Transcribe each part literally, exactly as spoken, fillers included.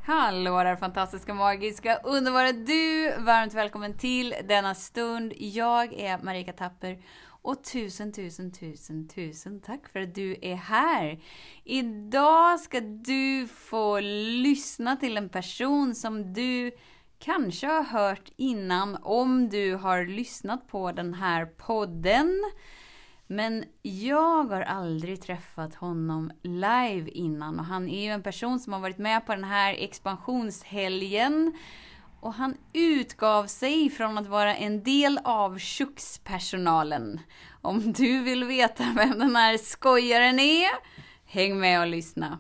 Hallå där fantastiska, magiska, underbara du. Varmt välkommen till denna stund. Jag är Marika Tapper och tusen, tusen, tusen, tusen tack för att du är här. Idag ska du få lyssna till en person som du kanske har hört innan om du har lyssnat på den här podden. Men jag har aldrig träffat honom live innan och han är ju en person som har varit med på den här expansionshelgen och han utgav sig från att vara en del av kökspersonalen. Om du vill veta vem den här skojaren är, häng med och lyssna.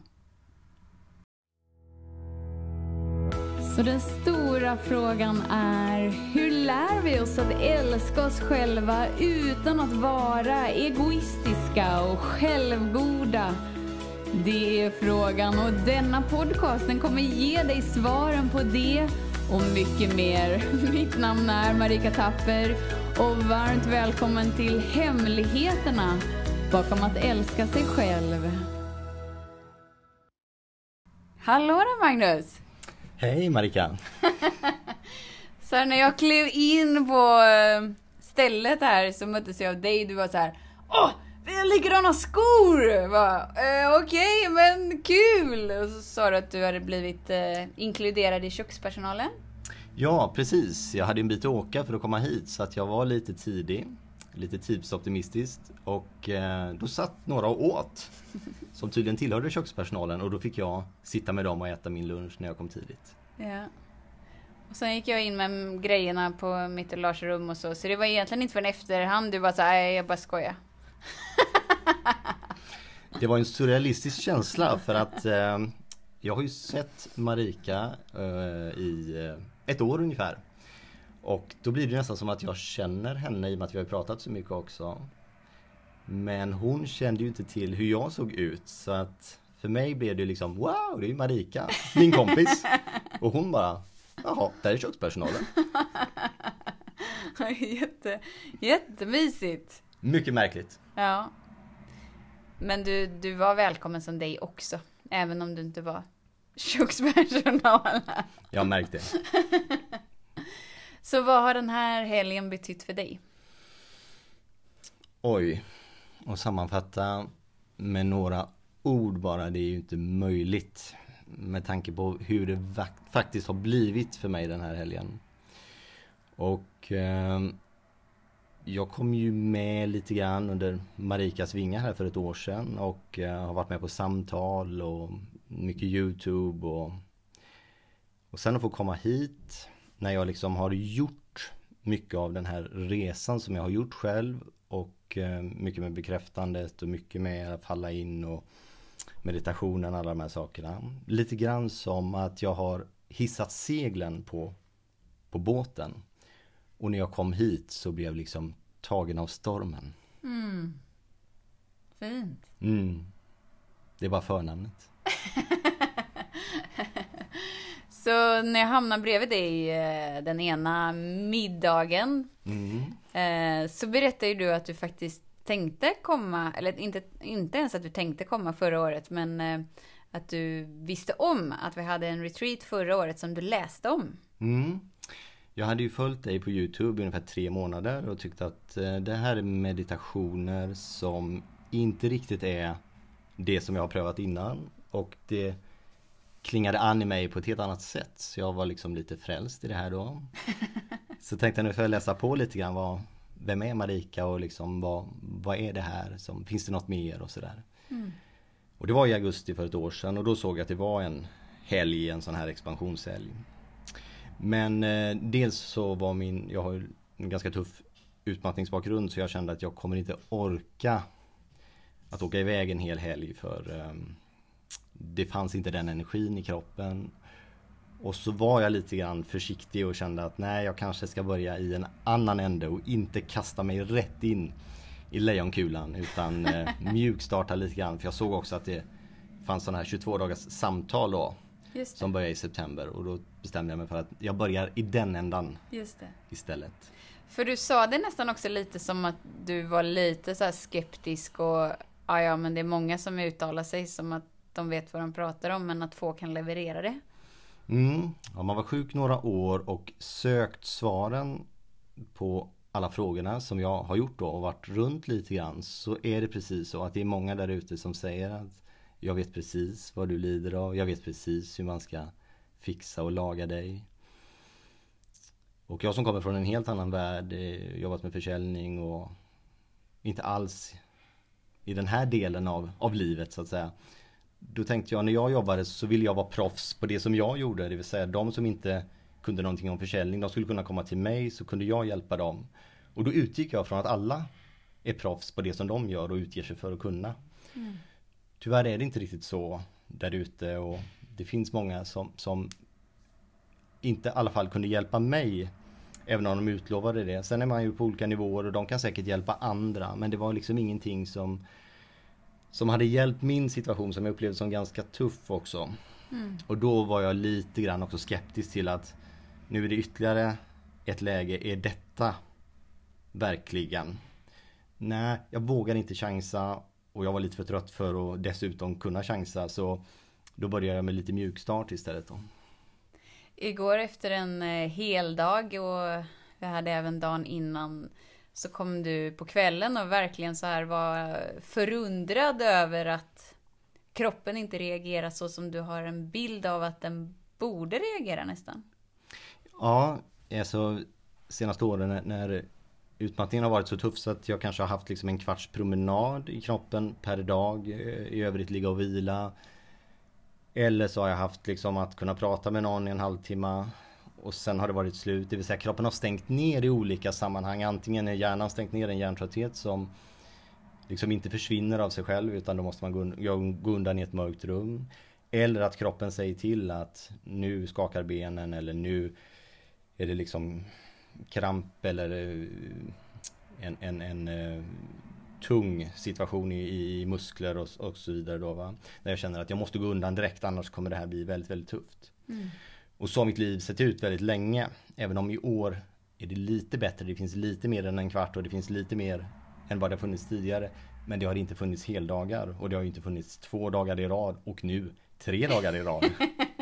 Så den stora frågan är, hur lär vi oss att älska oss själva utan att vara egoistiska och självgoda? Det är frågan och denna podcasten kommer ge dig svaren på det och mycket mer. Mitt namn är Marika Tapper och varmt välkommen till hemligheterna bakom att älska sig själv. Hallå där Magnus! Hej Marika! Så när jag klev in på stället här så möttes jag av dig. Du var så här: åh, vi har likadana skor! Eh, Okej, okay, men kul! Och så sa du att du hade blivit eh, inkluderad i kökspersonalen. Ja, precis. Jag hade en bit att åka för att komma hit så att jag var lite tidig. Lite tidsoptimistiskt. Och eh, då satt några och åt. Som tydligen tillhörde kökspersonalen. Och då fick jag sitta med dem och äta min lunch när jag kom tidigt. Ja. Och sen gick jag in med grejerna på mitt och Lars rum och så. Så det var egentligen inte för en efterhand. Du bara så här, jag bara skojar. Det var en surrealistisk känsla för att eh, jag har ju sett Marika eh, i eh, ett år ungefär. Och då blir det nästan som att jag känner henne i och med att vi har pratat så mycket också. Men hon kände ju inte till hur jag såg ut. Så att för mig blev det liksom, wow, det är ju Marika, min kompis. Och hon bara, jaha, där är kökspersonalen. Jätte, jättemysigt. Mycket märkligt. Ja. Men du, du var välkommen som dig också. Även om du inte var kökspersonal. Jag märkte. Så vad har den här helgen betytt för dig? Oj, och sammanfatta med några ord bara, det är ju inte möjligt. Med tanke på hur det vakt- faktiskt har blivit för mig den här helgen. Och eh, jag kom ju med lite grann under Marikas vingar här för ett år sedan. Och eh, har varit med på samtal och mycket YouTube. Och, och sen att få komma hit när jag liksom har gjort mycket av den här resan som jag har gjort själv. Och eh, mycket med bekräftandet och mycket med att falla in och meditationen, alla de här sakerna. Lite grann som att jag har hissat seglen på, på båten. Och när jag kom hit så blev jag liksom tagen av stormen. Mm. Fint. Mm. Det är bara förnamnet. Så när jag hamnade bredvid dig den ena middagen mm. så berättade du att du faktiskt tänkte komma, eller inte, inte ens att du tänkte komma förra året, men att du visste om att vi hade en retreat förra året som du läste om. Mm. Jag hade ju följt dig på YouTube i ungefär tre månader och tyckte att det här är meditationer som inte riktigt är det som jag har prövat innan. Och det klingade an i mig på ett helt annat sätt. Så jag var liksom lite frälst i det här då. Så tänkte jag nu får jag läsa på lite grann. Vad, vem är Marika och liksom vad, vad är det här? Som, finns det något mer och sådär. Mm. Och det var i augusti för ett år sedan. Och då såg jag att det var en helg, en sån här expansionshelg. Men eh, dels så var min, jag har en ganska tuff utmattningsbakgrund. Så jag kände att jag kommer inte orka att åka iväg en hel helg. För eh, det fanns inte den energin i kroppen. Och så var jag lite grann försiktig och kände att nej, jag kanske ska börja i en annan ände. Och inte kasta mig rätt in i lejonkulan. Utan eh, mjukstarta lite grann. För jag såg också att det fanns sådana här tjugotvå dagars samtal då. Just det. Som börjar i september. Och då bestämde jag mig för att jag börjar i den ändan. Just det. Istället. För du sa det nästan också lite som att du var lite så här skeptisk. Och ja, ja, men det är många som uttalar sig som att de vet vad de pratar om. Men att få kan leverera det. Mm. Ja, man var sjuk några år och sökt svaren på alla frågorna som jag har gjort då och varit runt lite grann, så är det precis så att det är många där ute som säger att jag vet precis vad du lider av, jag vet precis hur man ska fixa och laga dig. Och jag som kommer från en helt annan värld, jobbat med försäljning och inte alls i den här delen av, av livet så att säga. Då tänkte jag, när jag jobbade så ville jag vara proffs på det som jag gjorde. Det vill säga de som inte kunde någonting om försäljning, de skulle kunna komma till mig, så kunde jag hjälpa dem. Och då utgick jag från att alla är proffs på det som de gör och utger sig för att kunna. Mm. Tyvärr är det inte riktigt så där ute, och det finns många som, som inte i alla fall kunde hjälpa mig, även om de utlovade det. Sen är man ju på olika nivåer och de kan säkert hjälpa andra, men det var liksom ingenting som som hade hjälpt min situation, som jag upplevde som ganska tuff också. Mm. Och då var jag lite grann också skeptisk till att nu är det ytterligare ett läge, är detta verkligen? Nej, jag vågar inte chansa, och jag var lite för trött för att dessutom kunna chansa, så då började jag med lite mjukstart istället då. Igår efter en hel dag, och vi hade även dagen innan, så kom du på kvällen och verkligen så här var förundrad över att kroppen inte reagerar så som du har en bild av att den borde reagera nästan. Ja, alltså senaste åren när, när utmattningen har varit så tuff så att jag kanske har haft liksom en kvarts promenad i kroppen per dag, i övrigt ligga och vila. Eller så har jag haft liksom att kunna prata med någon i en halvtimme. Och sen har det varit slut, det vill säga kroppen har stängt ner i olika sammanhang. Antingen är hjärnan stängt ner en hjärntrötthet som liksom inte försvinner av sig själv, utan då måste man gå, gå undan i ett mörkt rum. Eller att kroppen säger till att nu skakar benen, eller nu är det liksom kramp eller en, en, en, en tung situation i, i muskler och, och så vidare då, va? När jag känner att jag måste gå undan direkt, annars kommer det här bli väldigt, väldigt tufft. Mm. Och så har mitt liv sett ut väldigt länge. Även om i år är det lite bättre. Det finns lite mer än en kvart och det finns lite mer än vad det har funnits tidigare. Men det har inte funnits heldagar. Och det har inte funnits två dagar i rad. Och nu tre dagar i rad.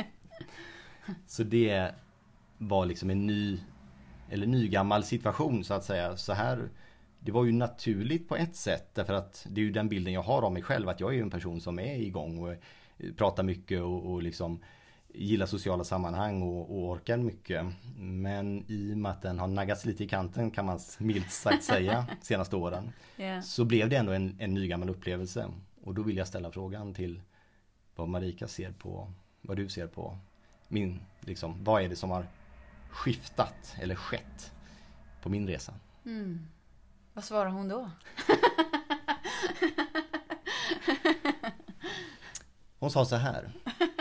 Så det var liksom en ny, eller nygammal situation så att säga. Så här, det var ju naturligt på ett sätt. Därför att det är ju den bilden jag har av mig själv. Att jag är ju en person som är igång och pratar mycket och, och liksom gillar sociala sammanhang och, och orkar mycket. Men i och med att den har naggats lite i kanten, kan man milt sagt säga, senaste åren. Yeah. Så blev det ändå en, en ny gammal upplevelse. Och då vill jag ställa frågan till vad Marika ser på, vad du ser på min, liksom, vad är det som har skiftat eller skett på min resa? Mm. Vad svarar hon då? Hon sa så här.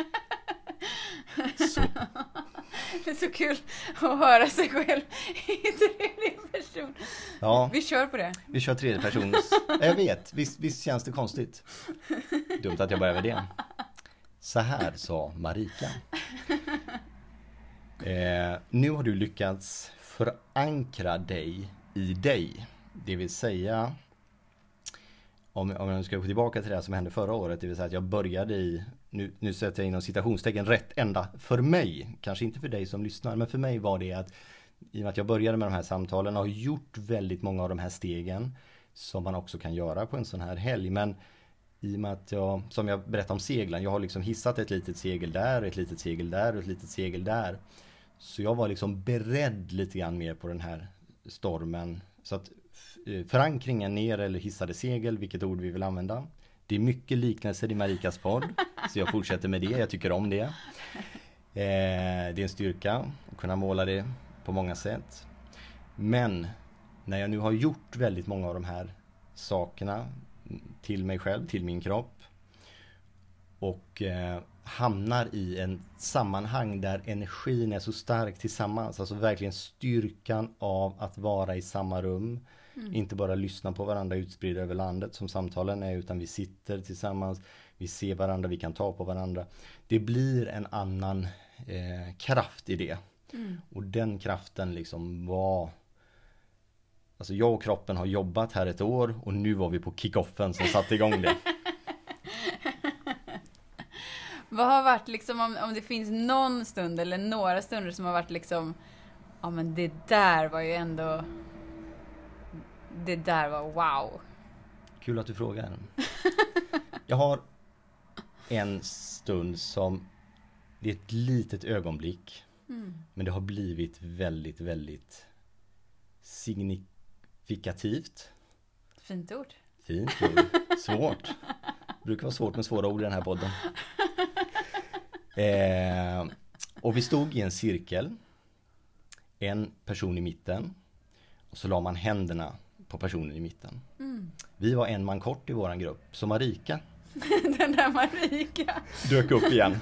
Så. Det är så kul att höra sig själv i tredje person. Ja, vi kör på det. Vi kör tredje person. Jag vet, visst, visst känns det konstigt. Dumt att jag börjar med det. Så här sa Marika. Eh, nu har du lyckats förankra dig i dig. Det vill säga, om, om jag ska gå tillbaka till det som hände förra året, det vill säga att jag började i, nu, nu sätter jag inom citationstecken, rätt ända för mig. Kanske inte för dig som lyssnar, men för mig var det att i och med att jag började med de här samtalen och har gjort väldigt många av de här stegen som man också kan göra på en sån här helg. Men i och med att jag, som jag berättade om seglen, jag har liksom hissat ett litet segel där, ett litet segel där och ett litet segel där. Så jag var liksom beredd lite grann mer på den här stormen. Så att förankringen ner eller hissade segel, vilket ord vi vill använda. Det är mycket liknelser i Marikas podd, så jag fortsätter med det, jag tycker om det. Eh, det är en styrka att kunna måla det på många sätt. Men när jag nu har gjort väldigt många av de här sakerna till mig själv, till min kropp, och eh, hamnar i en sammanhang där energin är så stark tillsammans, alltså verkligen styrkan av att vara i samma rum, mm. inte bara lyssna på varandra utspridda över landet som samtalen är, utan vi sitter tillsammans, vi ser varandra, vi kan ta på varandra. Det blir en annan eh, kraft i det. Mm. Och den kraften liksom var, alltså jag och kroppen har jobbat här ett år och nu var vi på kick-offen som satte igång det. Vad har varit liksom, om, om det finns någon stund eller några stunder som har varit liksom, ja men det där var ju ändå, det där var wow. Kul att du frågar. Jag har en stund som, det är ett litet ögonblick. Mm. Men det har blivit väldigt, väldigt signifikativt. Fint ord. Fint ord. Svårt. Det brukar vara svårt med svåra ord i den här podden. Eh, och vi stod i en cirkel. En person i mitten. Och så la man händerna på personen i mitten. Mm. Vi var en man kort i våran grupp. Så Marika. Den där Marika. Dök upp igen.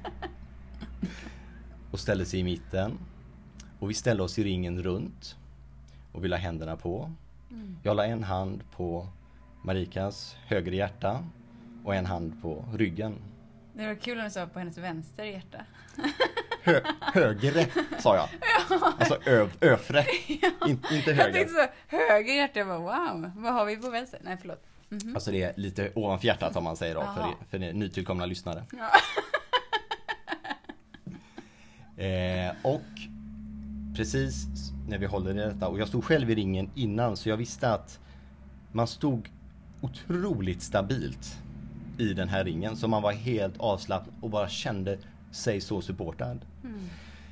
Och ställde sig i mitten. Och vi ställde oss i ringen runt. Och vi la händerna på. Mm. Jag la en hand på Marikas högra hjärta. Och en hand på ryggen. Det var kul när du sa på hennes vänster hjärta. Hö, högre, sa jag. Ja. Alltså ö, öfre. Ja. In, inte höger. Jag tänkte så, höger hjärta, var wow. Vad har vi på vänster? Nej, förlåt. Mm-hmm. Alltså det är lite ovanför hjärtat om man säger då. För, för nytillkomna lyssnare. Ja. eh, och precis när vi håller i detta. Och jag stod själv i ringen innan. Så jag visste att man stod otroligt stabilt i den här ringen. Så man var helt avslappnad och bara kände sig så supportad. Mm.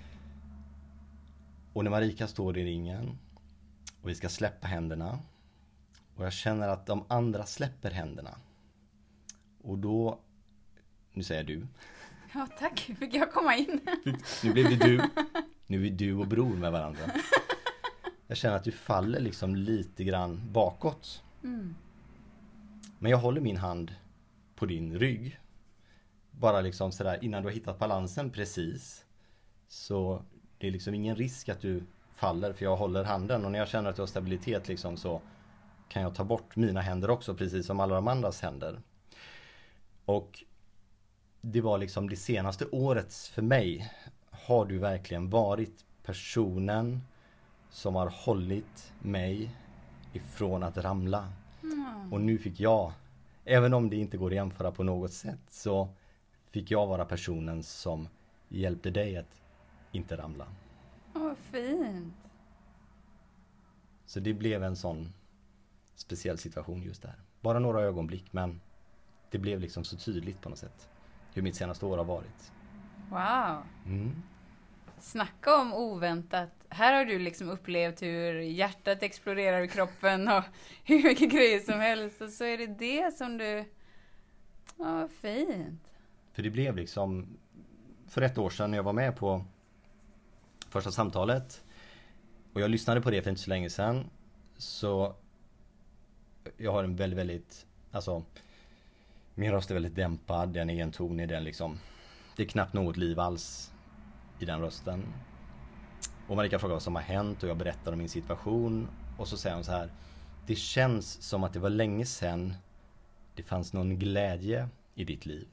Och när Marika står i ringen och vi ska släppa händerna och jag känner att de andra släpper händerna. Och då, nu säger jag du. Ja, tack. Fick jag komma in? Nu blev det du. Nu är du och bror med varandra. Jag känner att du faller liksom lite grann bakåt. Mm. Men jag håller min hand på din rygg. Bara liksom sådär innan du har hittat balansen precis. Så det är liksom ingen risk att du faller för jag håller handen. Och när jag känner att jag har stabilitet liksom så kan jag ta bort mina händer också precis som alla de andras händer. Och det var liksom det senaste året för mig har du verkligen varit personen som har hållit mig ifrån att ramla. Mm. Och nu fick jag, även om det inte går att jämföra på något sätt, så fick jag vara personen som hjälpte dig att inte ramla. Åh, vad fint. Så det blev en sån speciell situation just där. Bara några ögonblick, men det blev liksom så tydligt på något sätt hur mitt senaste år har varit. Wow. Mm. Snacka om oväntat. Här har du liksom upplevt hur hjärtat exploderar i kroppen och hur mycket grejer som helst. Och så är det det som du... Ja, vad fint. För det blev liksom... För ett år sedan när jag var med på första samtalet och jag lyssnade på det för inte så länge sedan, så jag har en väldigt, väldigt... Alltså, min röst är väldigt dämpad, den är entonig, den liksom... Det är knappt något liv alls i den rösten. Och Marika frågar vad som har hänt och jag berättar om min situation. Och så säger hon så här: det känns som att det var länge sedan det fanns någon glädje i ditt liv.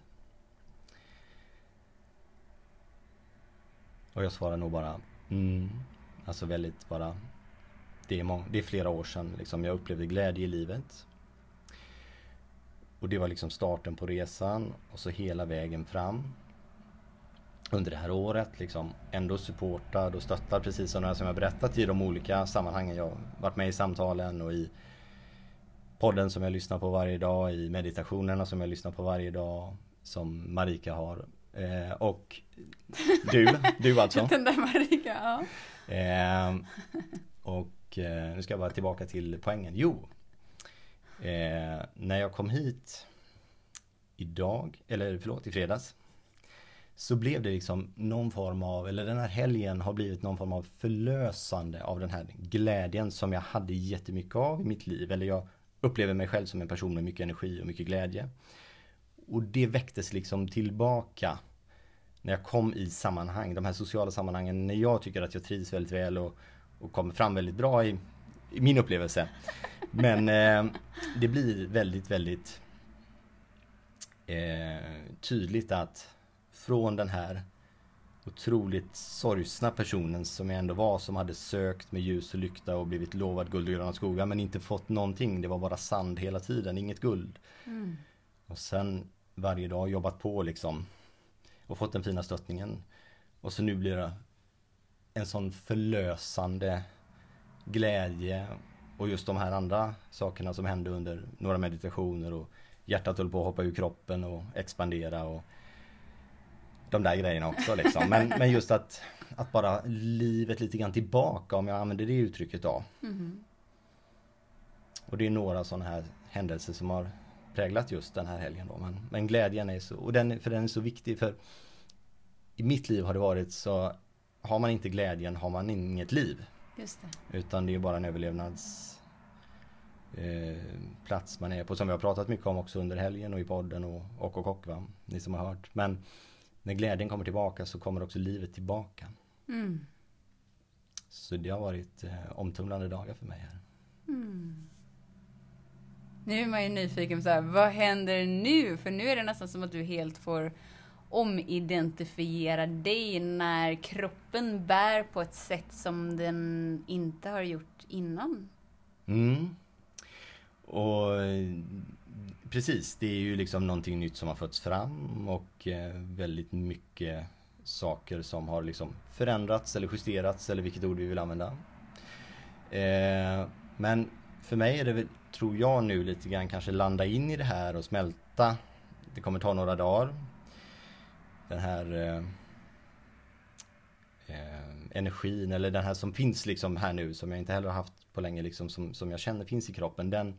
Och jag svarar nog bara mm. Alltså väldigt bara det är, många, det är flera år sedan liksom, jag upplevde glädje i livet. Och det var liksom starten på resan. Och så hela vägen fram under det här året liksom ändå supportad och stöttad, precis som jag har berättat i de olika sammanhangen jag varit med i samtalen och i podden som jag lyssnar på varje dag, i meditationerna som jag lyssnar på varje dag som Marika har. Eh, och du, du alltså. Den där Marika, ja. Eh, och eh, nu ska jag bara tillbaka till poängen. Jo, eh, när jag kom hit idag, eller förlåt, i fredags, så blev det liksom någon form av, eller den här helgen har blivit någon form av förlösande av den här glädjen som jag hade jättemycket av i mitt liv. Eller jag upplever mig själv som en person med mycket energi och mycket glädje. Och det väcktes liksom tillbaka när jag kom i sammanhang, de här sociala sammanhangen, när jag tycker att jag trivs väldigt väl och, och kommer fram väldigt bra i, i min upplevelse. Men eh, det blir väldigt, väldigt eh, tydligt att från den här otroligt sorgsna personen som jag ändå var, som hade sökt med ljus och lykta och blivit lovad guld och gröna skogar men inte fått någonting, det var bara sand hela tiden, inget guld. Mm. Och sen varje dag jobbat på liksom och fått den fina stöttningen. Och så nu blir det en sån förlösande glädje. Och just de här andra sakerna som hände under några meditationer. Och hjärtat höll på att hoppa ur kroppen och expandera. Och de där grejerna också liksom. Men, men just att, att bara livet lite grann tillbaka, om jag använder det uttrycket då. Mm. Och det är några sådana här händelser som har präglat just den här helgen då. Men, men glädjen är så, och den, för den är så viktig, för i mitt liv har det varit så, har man inte glädjen har man inget liv. Just det. Utan det är bara en överlevnads eh, plats man är på, som vi har pratat mycket om också under helgen och i podden och och och, och va? Ni som har hört. Men när glädjen kommer tillbaka så kommer också livet tillbaka. Mm. Så det har varit eh, omtumlande dagar för mig här. Mm. Nu är man ju nyfiken på så här, vad händer nu? För nu är det nästan som att du helt får omidentifiera dig när kroppen bär på ett sätt som den inte har gjort innan. Mm. Och precis, det är ju liksom någonting nytt som har fötts fram och eh, väldigt mycket saker som har liksom förändrats eller justerats, eller vilket ord vi vill använda. Eh, men för mig är det väl, tror jag nu lite grann kanske landa in i det här och smälta. Det kommer ta några dagar. Den här eh, eh, energin, eller den här som finns liksom här nu, som jag inte heller har haft på länge, liksom, som, som jag känner finns i kroppen, den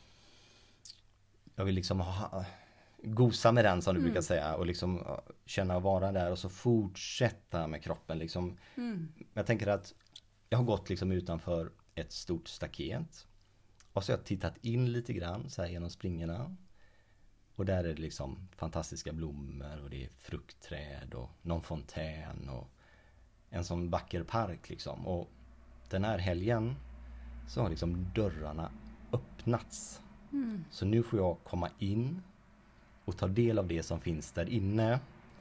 jag vill liksom ha, gosa med den som du mm. brukar säga, och liksom känna och vara där och så fortsätta med kroppen liksom. Mm. Jag tänker att jag har gått liksom utanför ett stort staket och så har jag tittat in lite grann så här genom springorna. Och där är det liksom fantastiska blommor och det är fruktträd och någon fontän och en sån vacker park liksom. Och den här helgen så har liksom dörrarna öppnats. Mm. Så nu får jag komma in och ta del av det som finns där inne.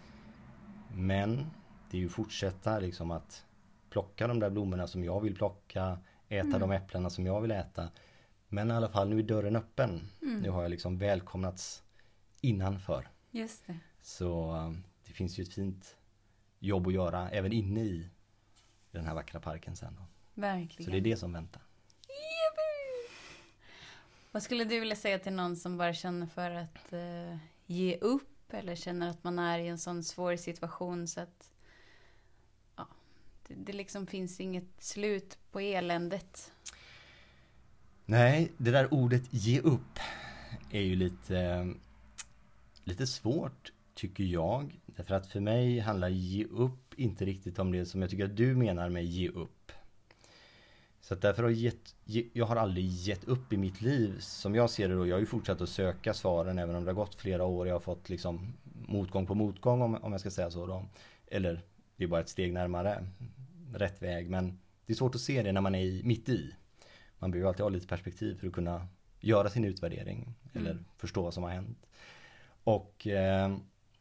Men det är ju fortsätta liksom att plocka de där blommorna som jag vill plocka, äta mm. de äpplena som jag vill äta. Men i alla fall nu är dörren öppen. Mm. Nu har jag liksom välkomnats innanför. Just det. Så det finns ju ett fint jobb att göra även inne i den här vackra parken sen då. Verkligen. Så det är det som väntar. Yippie! Vad skulle du vilja säga till någon som bara känner för att uh, ge upp, eller känner att man är i en sån svår situation så att ja, det, det liksom finns inget slut på eländet? Nej, det där ordet ge upp är ju lite lite svårt tycker jag. Därför att för mig handlar ge upp inte riktigt om det som jag tycker att du menar med ge upp. Så att därför har jag, gett, jag har aldrig gett upp i mitt liv som jag ser det då. Jag har ju fortsatt att söka svaren även om det har gått flera år. Jag har fått liksom motgång på motgång om, om jag ska säga så då. Eller det är bara ett steg närmare rätt väg. Men det är svårt att se det när man är i, mitt i. Man behöver alltid ha lite perspektiv för att kunna göra sin utvärdering. Eller mm. förstå vad som har hänt. Och eh,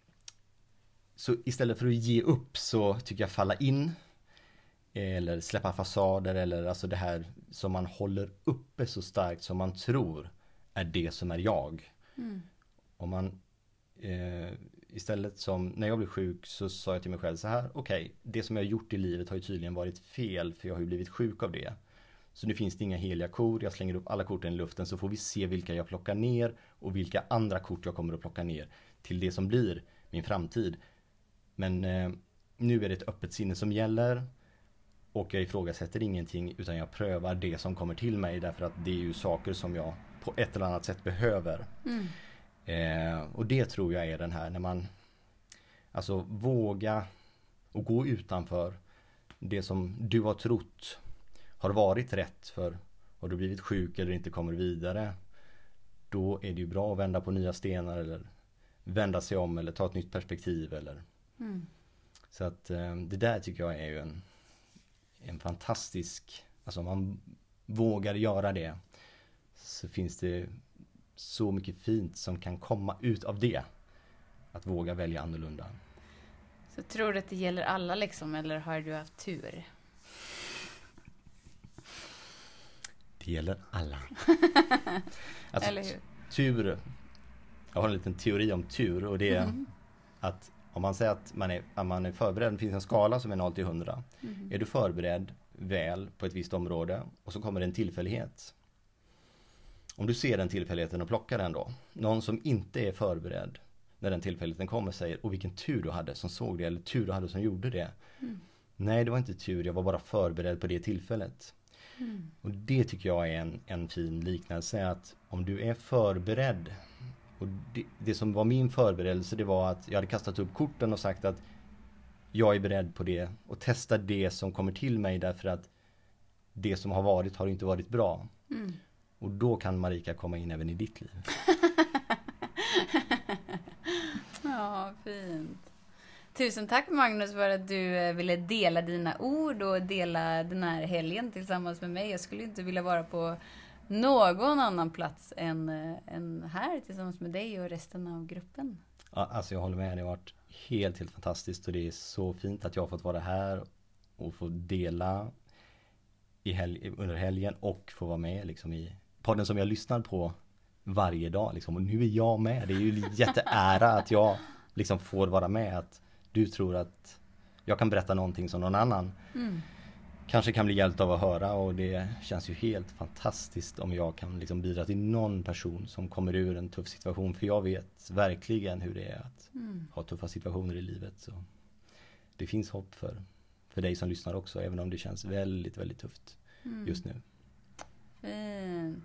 så istället för att ge upp så tycker jag falla in eller släppa fasader, eller alltså det här som man håller uppe så starkt som man tror är det som är jag. Mm. Om man eh, istället som när jag blev sjuk så sa jag till mig själv så här: okej, okay, det som jag har gjort i livet har ju tydligen varit fel, för jag har ju blivit sjuk av det. Så nu finns det inga heliga kor, jag slänger upp alla korten i luften, så får vi se vilka jag plockar ner och vilka andra kort jag kommer att plocka ner till det som blir min framtid. Men eh, nu är det ett öppet sinne som gäller, och jag ifrågasätter ingenting utan jag prövar det som kommer till mig, därför att det är ju saker som jag på ett eller annat sätt behöver. Mm. Eh, och det tror jag är den här, när man alltså våga och gå utanför det som du har trott har varit rätt, för har du blivit sjuk eller inte kommer vidare, då är det ju bra att vända på nya stenar eller vända sig om eller ta ett nytt perspektiv eller mm. Så att eh, det där tycker jag är ju en en fantastisk, alltså om man vågar göra det så finns det så mycket fint som kan komma ut av det, att våga välja annorlunda. Så tror du att det gäller alla liksom, eller har du haft tur? Det gäller alla. Alltså, eller hur? Tur, jag har en liten teori om tur, och det är mm. att om man säger att man är, att man är förberedd, det finns en skala som är noll till hundra. Mm. Är du förberedd väl på ett visst område och så kommer det en tillfällighet. Om du ser den tillfälligheten och plockar den då. Någon som inte är förberedd när den tillfälligheten kommer säger, och vilken tur du hade som såg det, eller tur du hade som gjorde det. Mm. Nej, det var inte tur, jag var bara förberedd på det tillfället. Mm. Och det tycker jag är en, en fin liknelse, att om du är förberedd, och det, det som var min förberedelse, det var att jag hade kastat upp korten och sagt att jag är beredd på det och testa det som kommer till mig, därför att det som har varit har inte varit bra. Mm. Och då kan Marika komma in även i ditt liv. Ja, fint. Tusen tack Magnus för att du ville dela dina ord och dela den här helgen tillsammans med mig. Jag skulle inte vilja vara på någon annan plats än, än här tillsammans med dig och resten av gruppen. Ja, alltså jag håller med, det har varit helt, helt fantastiskt och det är så fint att jag har fått vara här och få dela i helg, under helgen och få vara med liksom i podden som jag lyssnar på varje dag liksom. Och nu är jag med, det är ju jätteära att jag liksom får vara med, att du tror att jag kan berätta någonting som någon annan mm. kanske kan bli hjälpt av att höra, och det känns ju helt fantastiskt om jag kan liksom bidra till någon person som kommer ur en tuff situation, för jag vet verkligen hur det är att mm. ha tuffa situationer i livet. Så det finns hopp för, för dig som lyssnar också, även om det känns väldigt, väldigt tufft mm. just nu. Fint.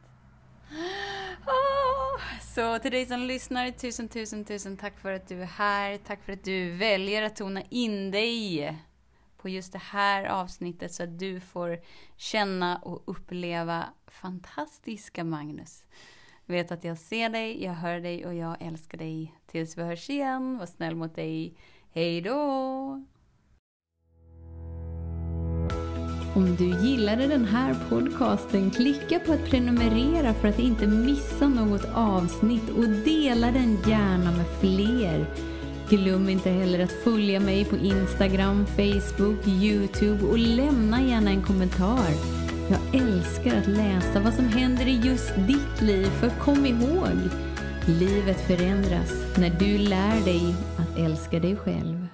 Oh, så till dig som lyssnar, tusen, tusen, tusen tack för att du är här. Tack för att du väljer att tona in dig på just det här avsnittet så att du får känna och uppleva fantastiska Magnus. Vet att jag ser dig, jag hör dig och jag älskar dig. Tills vi hörs igen, var snäll mot dig. Hej då! Om du gillade den här podcasten, klicka på att prenumerera för att inte missa något avsnitt och dela den gärna med fler. Glöm inte heller att följa mig på Instagram, Facebook, YouTube och lämna gärna en kommentar. Jag älskar att läsa vad som händer i just ditt liv, för kom ihåg, livet förändras när du lär dig att älska dig själv.